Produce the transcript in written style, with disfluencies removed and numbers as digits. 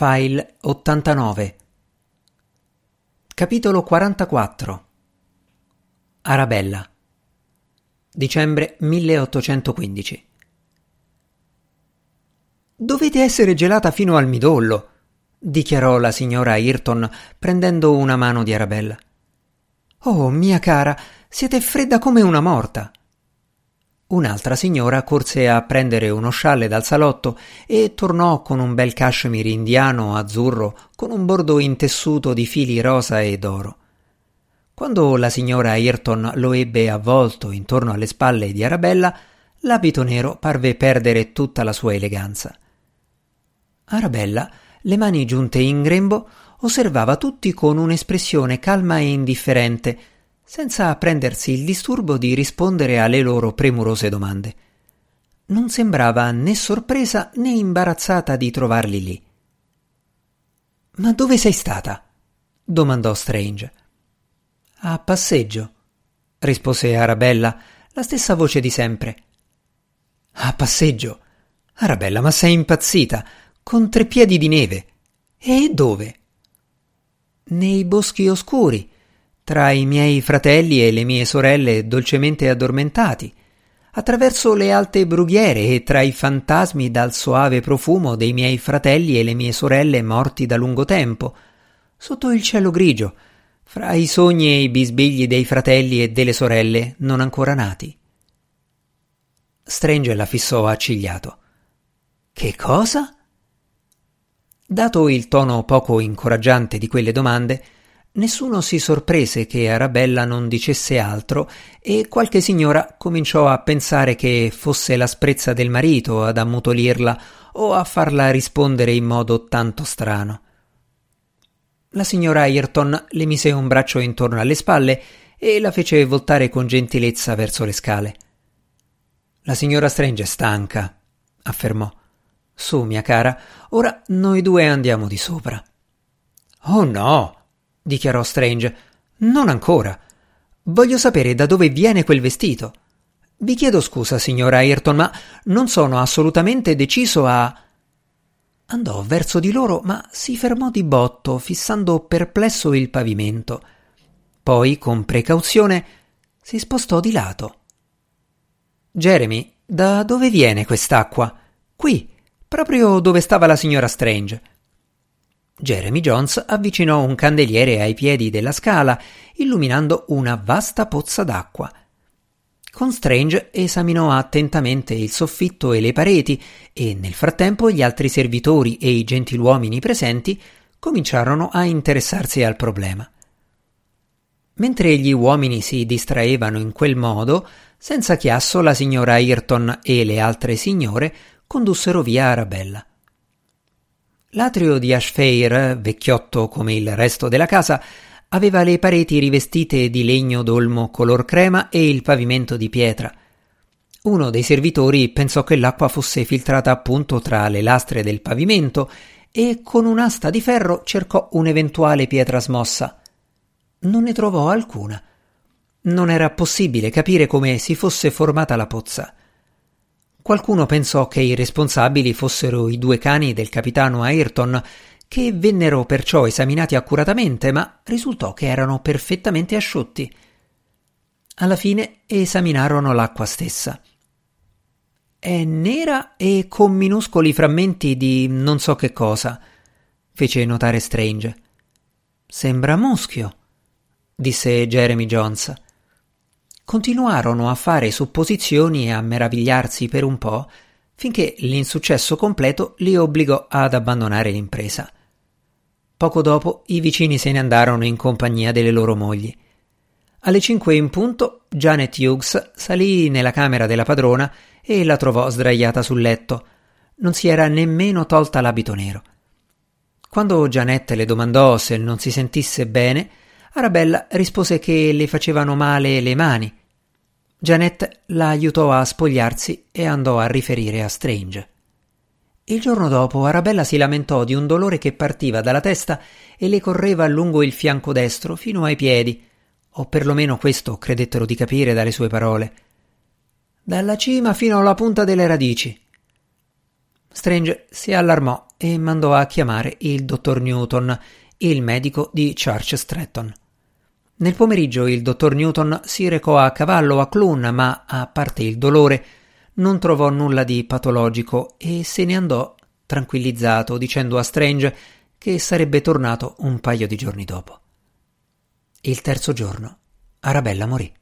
File 89. Capitolo 44. Arabella. Dicembre 1815. «Dovete essere gelata fino al midollo», dichiarò la signora Ayrton prendendo una mano di Arabella. «Oh, mia cara, siete fredda come una morta». Un'altra signora corse a prendere uno scialle dal salotto e tornò con un bel cashmere indiano azzurro con un bordo intessuto di fili rosa e d'oro. Quando la signora Ayrton lo ebbe avvolto intorno alle spalle di Arabella, l'abito nero parve perdere tutta la sua eleganza. Arabella, le mani giunte in grembo, osservava tutti con un'espressione calma e indifferente, senza prendersi il disturbo di rispondere alle loro premurose domande. Non sembrava né sorpresa né imbarazzata di trovarli lì. «Ma dove sei stata?» domandò Strange. «A passeggio», rispose Arabella, la stessa voce di sempre. «A passeggio? Arabella, ma sei impazzita? Con 3 piedi di neve. E dove?» «Nei boschi oscuri, tra i miei fratelli e le mie sorelle dolcemente addormentati, attraverso le alte brughiere e tra i fantasmi dal soave profumo dei miei fratelli e le mie sorelle morti da lungo tempo, sotto il cielo grigio, fra i sogni e i bisbigli dei fratelli e delle sorelle non ancora nati». Strange la fissò accigliato. «Che cosa?» Dato il tono poco incoraggiante di quelle domande, nessuno si sorprese che Arabella non dicesse altro e qualche signora cominciò a pensare che fosse l'asprezza del marito ad ammutolirla o a farla rispondere in modo tanto strano. La signora Ayrton le mise un braccio intorno alle spalle e la fece voltare con gentilezza verso le scale. «La signora Strange è stanca», affermò. «Su, mia cara, ora noi 2 andiamo di sopra». «Oh no», dichiarò Strange, «non ancora. Voglio sapere da dove viene quel vestito. Vi chiedo scusa, signora Ayrton, ma non sono assolutamente deciso a...» Andò verso di loro, ma si fermò di botto, fissando perplesso il pavimento. Poi, con precauzione, si spostò di lato. «Jeremy, da dove viene quest'acqua? Qui, proprio dove stava la signora Strange». Jeremy Jones avvicinò un candeliere ai piedi della scala, illuminando una vasta pozza d'acqua. Con Strange esaminò attentamente il soffitto e le pareti e nel frattempo gli altri servitori e i gentiluomini presenti cominciarono a interessarsi al problema. Mentre gli uomini si distraevano in quel modo, senza chiasso la signora Ayrton e le altre signore condussero via Arabella. L'atrio di Ashfair, vecchiotto come il resto della casa, aveva le pareti rivestite di legno d'olmo color crema e il pavimento di pietra. Uno dei servitori pensò che l'acqua fosse filtrata appunto tra le lastre del pavimento e con un'asta di ferro cercò un'eventuale pietra smossa. Non ne trovò alcuna. Non era possibile capire come si fosse formata la pozza. Qualcuno pensò che i responsabili fossero i 2 cani del capitano Ayrton, che vennero perciò esaminati accuratamente, ma risultò che erano perfettamente asciutti. Alla fine esaminarono l'acqua stessa. «È nera e con minuscoli frammenti di non so che cosa», fece notare Strange. «Sembra muschio», disse Jeremy Jones. Continuarono a fare supposizioni e a meravigliarsi per un po', finché l'insuccesso completo li obbligò ad abbandonare l'impresa. Poco dopo i vicini se ne andarono in compagnia delle loro mogli. Alle 5 in punto Janet Hughes salì nella camera della padrona e la trovò sdraiata sul letto. Non si era nemmeno tolta l'abito nero. Quando Janet le domandò se non si sentisse bene, Arabella rispose che le facevano male le mani. Janet la aiutò a spogliarsi e andò a riferire a Strange. Il giorno dopo Arabella si lamentò di un dolore che partiva dalla testa e le correva lungo il fianco destro fino ai piedi, o perlomeno questo credettero di capire dalle sue parole. Dalla cima fino alla punta delle radici. Strange si allarmò e mandò a chiamare il dottor Newton, il medico di Church Stretton. Nel pomeriggio il dottor Newton si recò a cavallo a Clun, ma, a parte il dolore, non trovò nulla di patologico e se ne andò tranquillizzato, dicendo a Strange che sarebbe tornato un paio di giorni dopo. Il terzo giorno Arabella morì.